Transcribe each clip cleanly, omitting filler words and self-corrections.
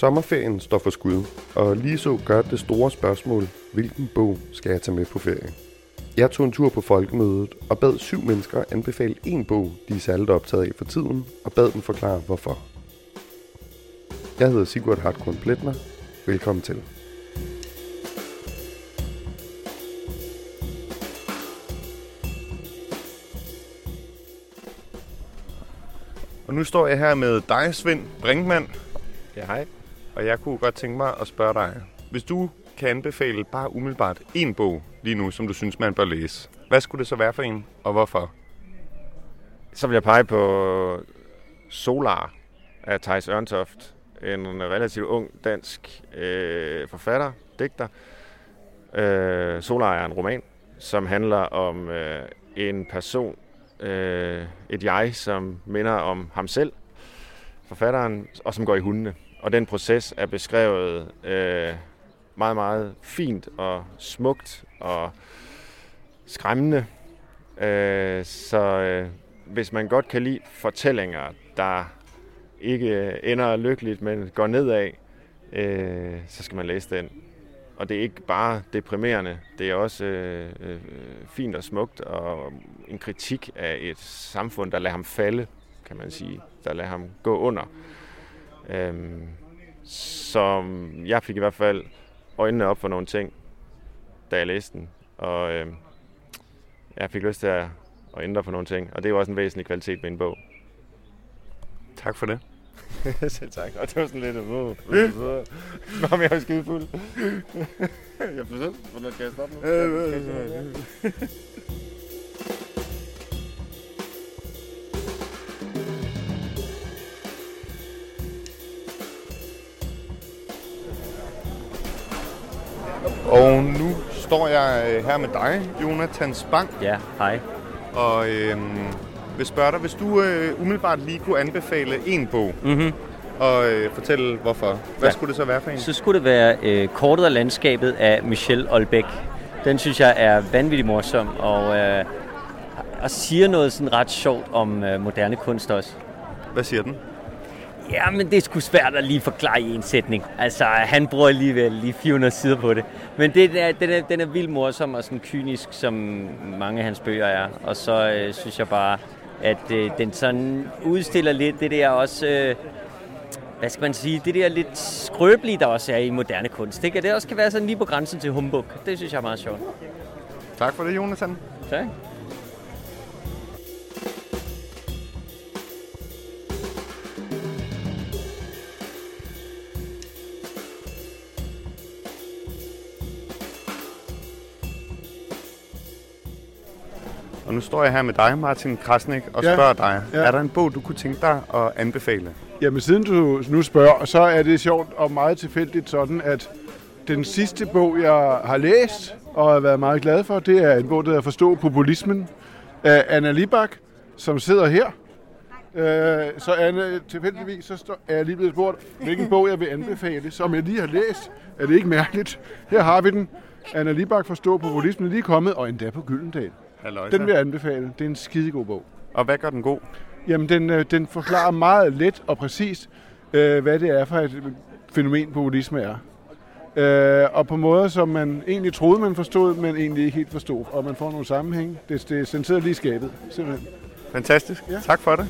Sommerferien står for skud, og lige så gør det store spørgsmål, hvilken bog skal jeg tage med på ferie? Jeg tog en tur på folkemødet og bad 7 mennesker anbefale en bog, de er særligt optaget af for tiden, og bad dem forklare hvorfor. Jeg hedder Sigurd Hartkorn Pletner. Velkommen til. Og nu står jeg her med dig, Svend Brinkmann. Ja, hej. Og jeg kunne godt tænke mig at spørge dig, hvis du kan anbefale bare umiddelbart en bog lige nu, som du synes, man bør læse, hvad skulle det så være for en, og hvorfor? Så vil jeg pege på Solar af Theis Ørntoft, en relativt ung dansk forfatter, digter. Solar er en roman, som handler om en person, et jeg, som minder om ham selv, forfatteren, og som går i hundene. Og den proces er beskrevet meget, meget fint og smukt og skræmmende. Så hvis man godt kan lide fortællinger, der ikke ender lykkeligt, men går nedad, så skal man læse den. Og det er ikke bare deprimerende, det er også fint og smukt og en kritik af et samfund, der lader ham falde, kan man sige, der lader ham gå under. Som jeg fik i hvert fald øjnene op for nogle ting, da jeg læste den, og jeg fik lyst til at ændre på nogle ting, og det er jo også en væsentlig kvalitet med en bog. Tak for det. Selv tak. Og det var sådan lidt Nå, men jeg er skide fuld. Jeg blev selv. Hvordan kan jeg stoppe nu? Og nu står jeg her med dig, Jonathan Spang. Ja, hej. Og vil spørge dig, hvis du umiddelbart lige kunne anbefale en bog, og fortælle hvorfor. Hvad skulle det så være for en? Så skulle det være Kortet af landskabet af Michel Houellebecq. Den synes jeg er vanvittigt morsom, og siger noget sådan ret sjovt om moderne kunst også. Hvad siger den? Ja, men det er sgu svært at lige forklare i en sætning. Altså, han bruger alligevel lige 400 sider på det. Men den er vildt morsom og sådan kynisk, som mange af hans bøger er. Og så synes jeg bare, at den sådan udstiller lidt det der også, hvad skal man sige, det der lidt skrøbelige, der også er i moderne kunst. Ikke? Det også kan være sådan lige på grænsen til humbug. Det synes jeg er meget sjovt. Tak for det, Jonathan. Tak. Og nu står jeg her med dig, Martin Krasnik, og spørger dig, er der en bog, du kunne tænke dig at anbefale? Jamen, siden du nu spørger, så er det sjovt og meget tilfældigt sådan, at den sidste bog, jeg har læst og har været meget glad for, det er en bog, der hedder Forstå populismen af Anna Libak, som sidder her. Så Anna, tilfældigvis så er jeg lige blevet spurgt, hvilken bog jeg vil anbefale, som jeg lige har læst. Er det ikke mærkeligt? Her har vi den. Anna Libak, Forstå populismen, lige kommet, og endda på Gyldendal. Halløjsa. Den vil jeg anbefale. Det er en skidegod bog. Og hvad gør den god? Jamen, den forklarer meget let og præcist, hvad det er for et fænomen, populisme er. Og på måder, som man egentlig troede, man forstod, men egentlig ikke helt forstod. Og man får nogle sammenhæng. Den sidder lige i skabet, simpelthen. Fantastisk. Ja. Tak for det.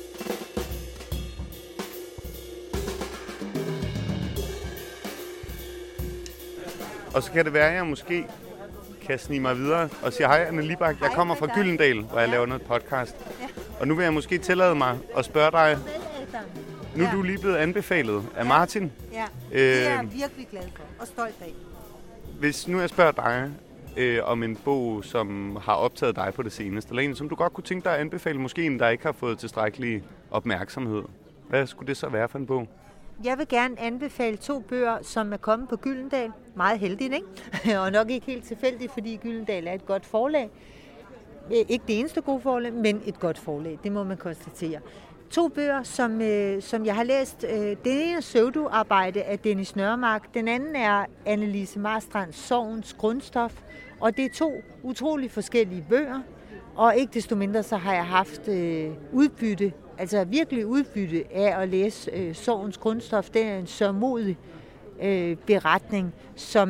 Og så kan det være, at jeg måske kan snige mig videre og sige hej, Anna Libak. Jeg kommer fra Gyldendal, hvor jeg laver noget podcast. Og nu vil jeg måske tillade mig at spørge dig. Nu er du lige blevet anbefalet af Martin. Ja, det er jeg virkelig glad for og stolt af. Hvis nu jeg spørger dig om en bog, som har optaget dig på det seneste, eller en, som du godt kunne tænke dig at anbefale, måske en, der ikke har fået tilstrækkelig opmærksomhed. Hvad skulle det så være for en bog? Jeg vil gerne anbefale 2 bøger, som er kommet på Gyldendal. Meget heldigt, ikke? Og nok ikke helt tilfældigt, fordi Gyldendal er et godt forlag. Ikke det eneste gode forlag, men et godt forlag. Det må man konstatere. 2 bøger, som jeg har læst. Den ene er Pseudoarbejde af Dennis Nørmark. Den anden er Annelise Marstrands Sorgens grundstof. Og det er 2 utrolig forskellige bøger. Og ikke desto mindre, så har jeg haft udbytte altså virkelig udbytte af at læse sorgens grundstof. Det er en sørgmodig beretning, som,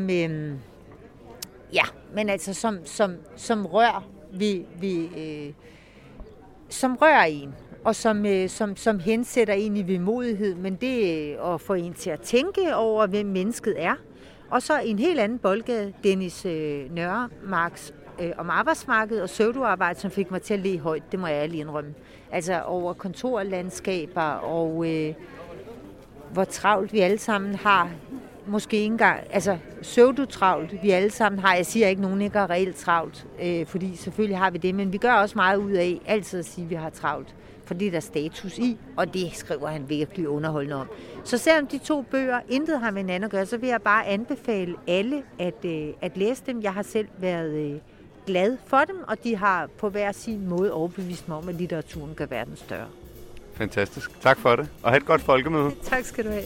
men altså som rører som rører en, og som hensætter en i vemodighed, men det er at få en til at tænke over, hvem mennesket er. Og så en helt anden boldgade, Dennis Nørremarks om arbejdsmarkedet og pseudoarbejde, som fik mig til at le højt, det må jeg lige indrømme. Altså over kontorlandskaber og hvor travlt vi alle sammen har. Måske ikke engang, altså pseudotravlt vi alle sammen har. Jeg siger ikke, nogen ikke har reelt travlt, fordi selvfølgelig har vi det, men vi gør også meget ud af altid at sige, at vi har travlt. For det er der status i, og det skriver han virkelig underholdende om. Så selvom de 2 bøger intet har med hinanden at gøre, så vil jeg bare anbefale alle at læse dem. Jeg har selv været glad for dem, og de har på hver sin måde overbevist mig om, at litteraturen gør verden større. Fantastisk. Tak for det, og have et godt folkemøde. Tak skal du have.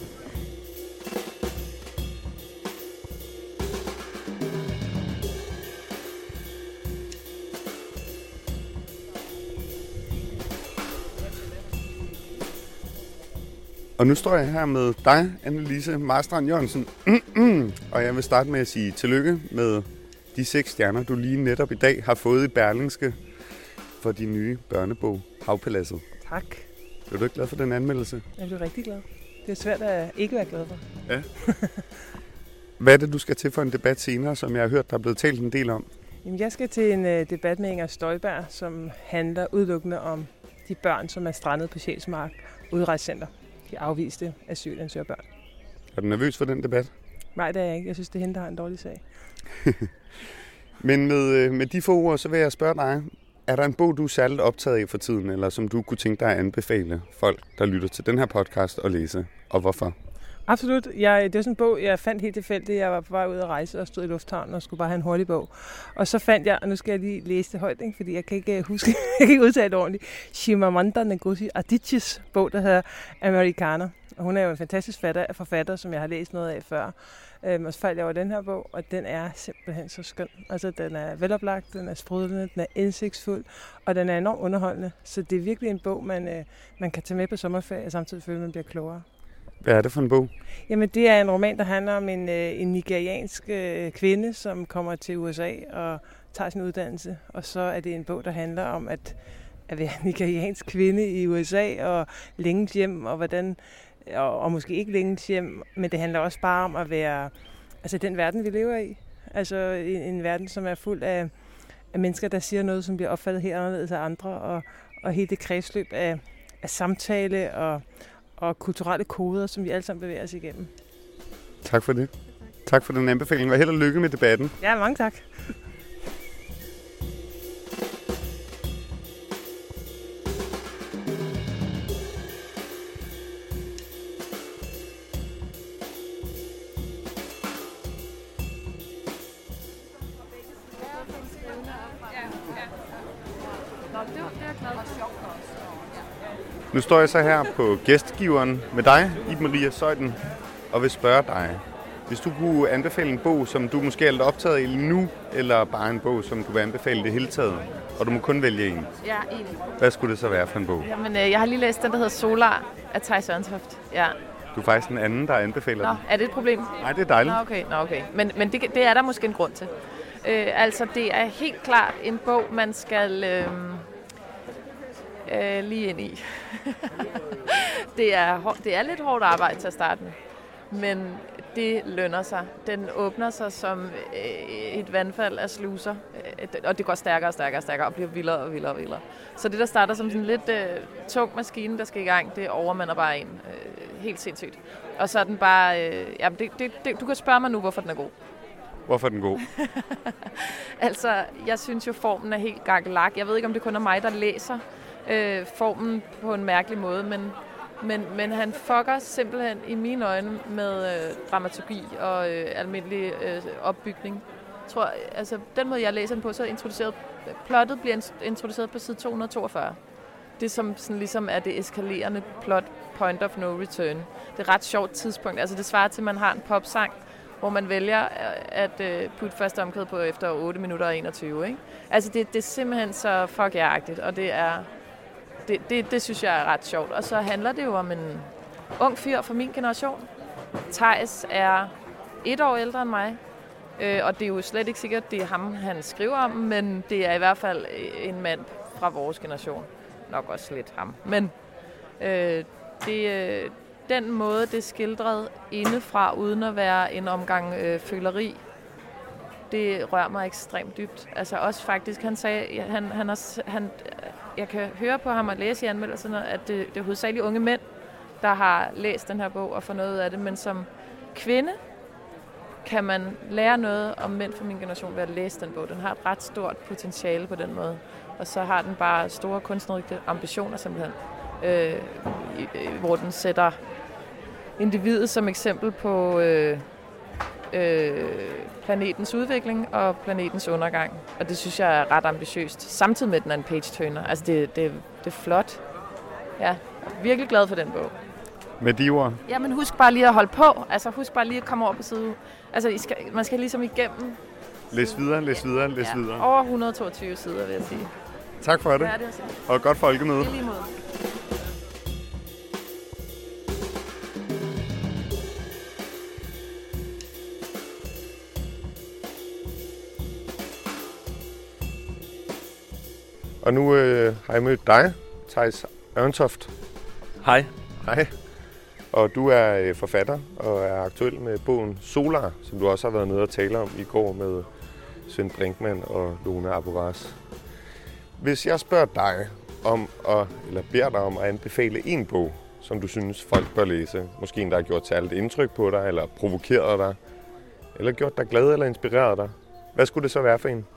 Og nu står jeg her med dig, Annelise Marstrand Jørgensen, og jeg vil starte med at sige tillykke med de 6 stjerner, du lige netop i dag har fået i Berlingske for din nye børnebog, Havpaladset. Tak. Er du ikke glad for den anmeldelse? Jeg bliver rigtig glad. Det er svært at ikke være glad for. Ja. Hvad er det, du skal til for en debat senere, som jeg har hørt, der er blevet talt en del om? Jamen, jeg skal til en debat med Inger Støjberg, som handler udelukkende om de børn, som er strandet på Sjælsmark Udrejsecenter. De afviste asylansøgerbørn. Er du nervøs for den debat? Nej, det er jeg ikke. Jeg synes, det er hende, der har en dårlig sag. Men med de få ord, så vil jeg spørge dig, er der en bog, du er særligt optaget af for tiden, eller som du kunne tænke dig at anbefale folk, der lytter til den her podcast at læse, og hvorfor? Absolut. Det er sådan en bog, jeg fandt helt tilfældigt. Jeg var på vej ud at rejse og stod i lufthavnen og skulle bare have en hurtig bog. Og så fandt jeg, og nu skal jeg lige læse det højt, ikke? Fordi jeg kan ikke huske, jeg kan ikke udtale det ordentligt, Chimamanda Ngozi Adichie's bog, der hedder Amerikaner. Og hun er jo en fantastisk forfatter, som jeg har læst noget af før. Og så faldt jeg over den her bog, og den er simpelthen så skøn. Altså, den er veloplagt, den er sprudlende, den er indsigtsfuld, og den er enormt underholdende. Så det er virkelig en bog, man kan tage med på sommerferie, og samtidig føle, at man bliver klogere. Hvad er det for en bog? Jamen, det er en roman, der handler om en nigeriansk kvinde, som kommer til USA og tager sin uddannelse. Og så er det en bog, der handler om at være nigeriansk kvinde i USA og længes hjem, og hvordan, og måske ikke længes hjem, men det handler også bare om at være, altså den verden, vi lever i. Altså en verden, som er fuld af mennesker, der siger noget, som bliver opfattet helt anderledes af andre, og hele det kredsløb af samtale og kulturelle koder, som vi alle sammen bevæger os igennem. Tak for det. Tak for den anbefaling, og held og lykke med debatten. Ja, mange tak. Nu står jeg så her på gæstgiveren med dig, Iben Maria Zeuthen, og vil spørge dig. Hvis du kunne anbefale en bog, som du måske er lidt optaget af nu, eller bare en bog, som du vil anbefale det hele taget, og du må kun vælge en. Ja, en. Hvad skulle det så være for en bog? Jamen, jeg har lige læst den, der hedder Solar af Theis Ørntoft. Ja. Du er faktisk den anden, der anbefaler den. Er det et problem? Nej, det er dejligt. Nå, okay. Men det er der måske en grund til. Altså, det er helt klart en bog, man skal lige ind i. Det er lidt hårdt arbejde til at starte med, men det lønner sig. Den åbner sig som et vandfald af sluser, og det går stærkere og stærkere og stærkere, og bliver vildere og vildere og vildere. Så det, der starter som sådan en lidt tung maskine, der skal i gang, det overmander bare en. Helt sindssygt. Og så er den bare... du kan spørge mig nu, hvorfor den er god. Hvorfor er den god? Altså, jeg synes jo, formen er helt gakkelak. Jeg ved ikke, om det kun er mig, der læser formen på en mærkelig måde, men han fucker simpelthen i mine øjne med dramaturgi og almindelig opbygning. Jeg tror, altså den måde, jeg læser den på, så plottet bliver introduceret på side 242. Det som sådan ligesom er det eskalerende plot, point of no return. Det er et ret sjovt tidspunkt. Altså det svarer til, at man har en popsang, hvor man vælger at putte første omkvæd på efter 8 minutter og 21. Ikke? Altså det er simpelthen så fuck-agtigt, og det er det synes jeg er ret sjovt. Og så handler det jo om en ung fyr fra min generation. Theis er 1 år ældre end mig, og det er jo slet ikke sikkert, det er ham, han skriver om, men det er i hvert fald en mand fra vores generation. Nok også lidt ham. Men den måde, det er skildret indefra, uden at være en omgang føleri, det rører mig ekstremt dybt. Altså også faktisk, han sagde, jeg kan høre på ham og læse i anmeldelserne, at det er hovedsageligt unge mænd, der har læst den her bog og fået noget af det, men som kvinde kan man lære noget om mænd fra min generation ved at læse den bog. Den har et ret stort potentiale på den måde, og så har den bare store kunstneriske ambitioner simpelthen, hvor den sætter individet som eksempel på planetens udvikling og planetens undergang. Og det synes jeg er ret ambitiøst, samtidig med, at den er en page-turner. Altså det er flot. Ja, virkelig glad for den bog. Med de ord? Ja, men husk bare lige at holde på. Altså husk bare lige at komme over på side. Altså man skal ligesom igennem. Læs videre. Over 122 sider, vil jeg sige. Tak for det. Ja, det og godt folkemøde. I lige måde. Og nu har jeg mødt dig, Theis Ørntoft. Hej. Hej. Og du er forfatter og er aktuel med bogen Solar, som du også har været nede og tale om i går med Svend Brinkmann og Lone Aboraz. Hvis jeg spørger dig eller beder dig om at anbefale en bog, som du synes folk bør læse, måske en, der har gjort særligt indtryk på dig, eller provokeret dig, eller gjort dig glad eller inspireret dig, hvad skulle det så være for en?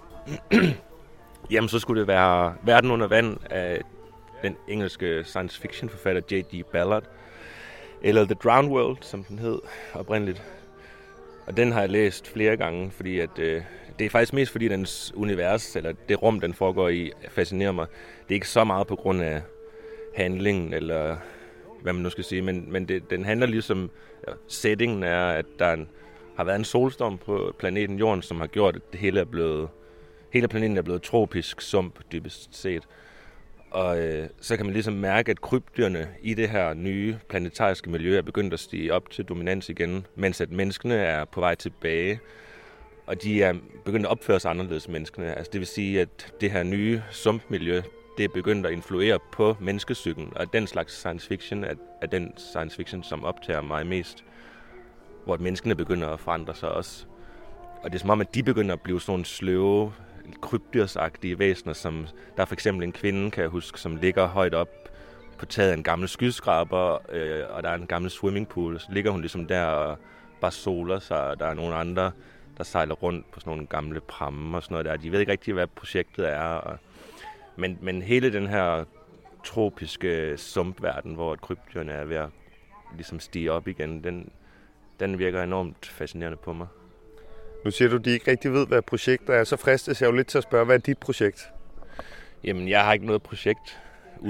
Jamen, så skulle det være Verden under vand af den engelske science fiction forfatter J.D. Ballard, eller The Drowned World, som den hed oprindeligt. Og den har jeg læst flere gange, fordi at, det er faktisk mest fordi dens univers, eller det rum, den foregår i, fascinerer mig. Det er ikke så meget på grund af handlingen, eller hvad man nu skal sige, men den handler ligesom, settingen er, at der har været en solstorm på planeten Jorden, som har gjort, at hele planeten er blevet tropisk sump, dybest set. Og så kan man ligesom mærke, at krybdyrene i det her nye planetariske miljø er begyndt at stige op til dominans igen, mens at menneskene er på vej tilbage, og de er begyndt at opføre sig anderledes end menneskene. Altså det vil sige, at det her nye sumpmiljø, det er begyndt at influere på menneskepsyken, og den slags science fiction er den science fiction, som optager mig mest, hvor menneskene begynder at forandre sig også. Og det er som om, at de begynder at blive sådan nogle sløve, krybdyrsagtige væsener, som der er for eksempel en kvinde, kan jeg huske, som ligger højt op på taget af en gammel skyskraber, og der er en gammel swimmingpool, så ligger hun ligesom der og bare soler sig, og der er nogle andre, der sejler rundt på sådan nogle gamle pramme og sådan noget der. De ved ikke rigtig, hvad projektet er, men hele den her tropiske sumpverden, hvor krybdyrene er ved at ligesom stige op igen, den virker enormt fascinerende på mig. Nu siger du, at de ikke rigtig ved, hvad projektet er. Så fristes jeg jo lidt til at spørge, hvad er dit projekt? Jamen, jeg har ikke noget projekt,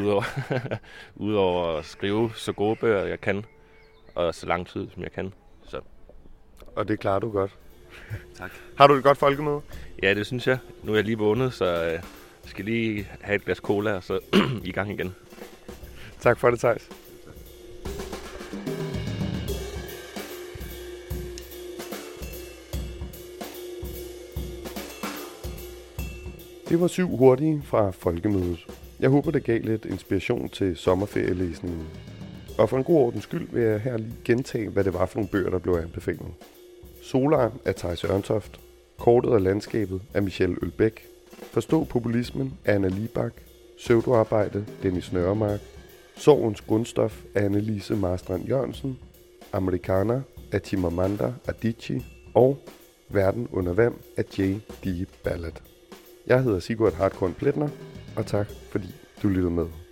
udover at skrive så gode bøger, jeg kan, og så lang tid, som jeg kan. Så. Og det klarer du godt. Tak. Har du et godt folkemøde? Ja, det synes jeg. Nu er jeg lige vågnet, så jeg skal lige have et glas cola, og så i gang igen. Tak for det, Theis. Det var 7 hurtige fra folkemødet. Jeg håber, det gav lidt inspiration til sommerferielæsningen. Og for en god ordens skyld vil jeg her lige gentage, hvad det var for nogle bøger, der blev anbefalet. Solar af Theis Ørntoft. Kortet af landskabet af Michelle Ølbæk. Forstå populismen af Anna Libak. Pseudoarbejde Dennis Nørremark. Sorgens grundstof af Annelise Marstrand Jørgensen. Amerikaner af Chimamanda Adichie. Og Verden under vand af J.D. Ballard. Jeg hedder Sigurd Hartkorn Pletner, og tak fordi du lyttede med.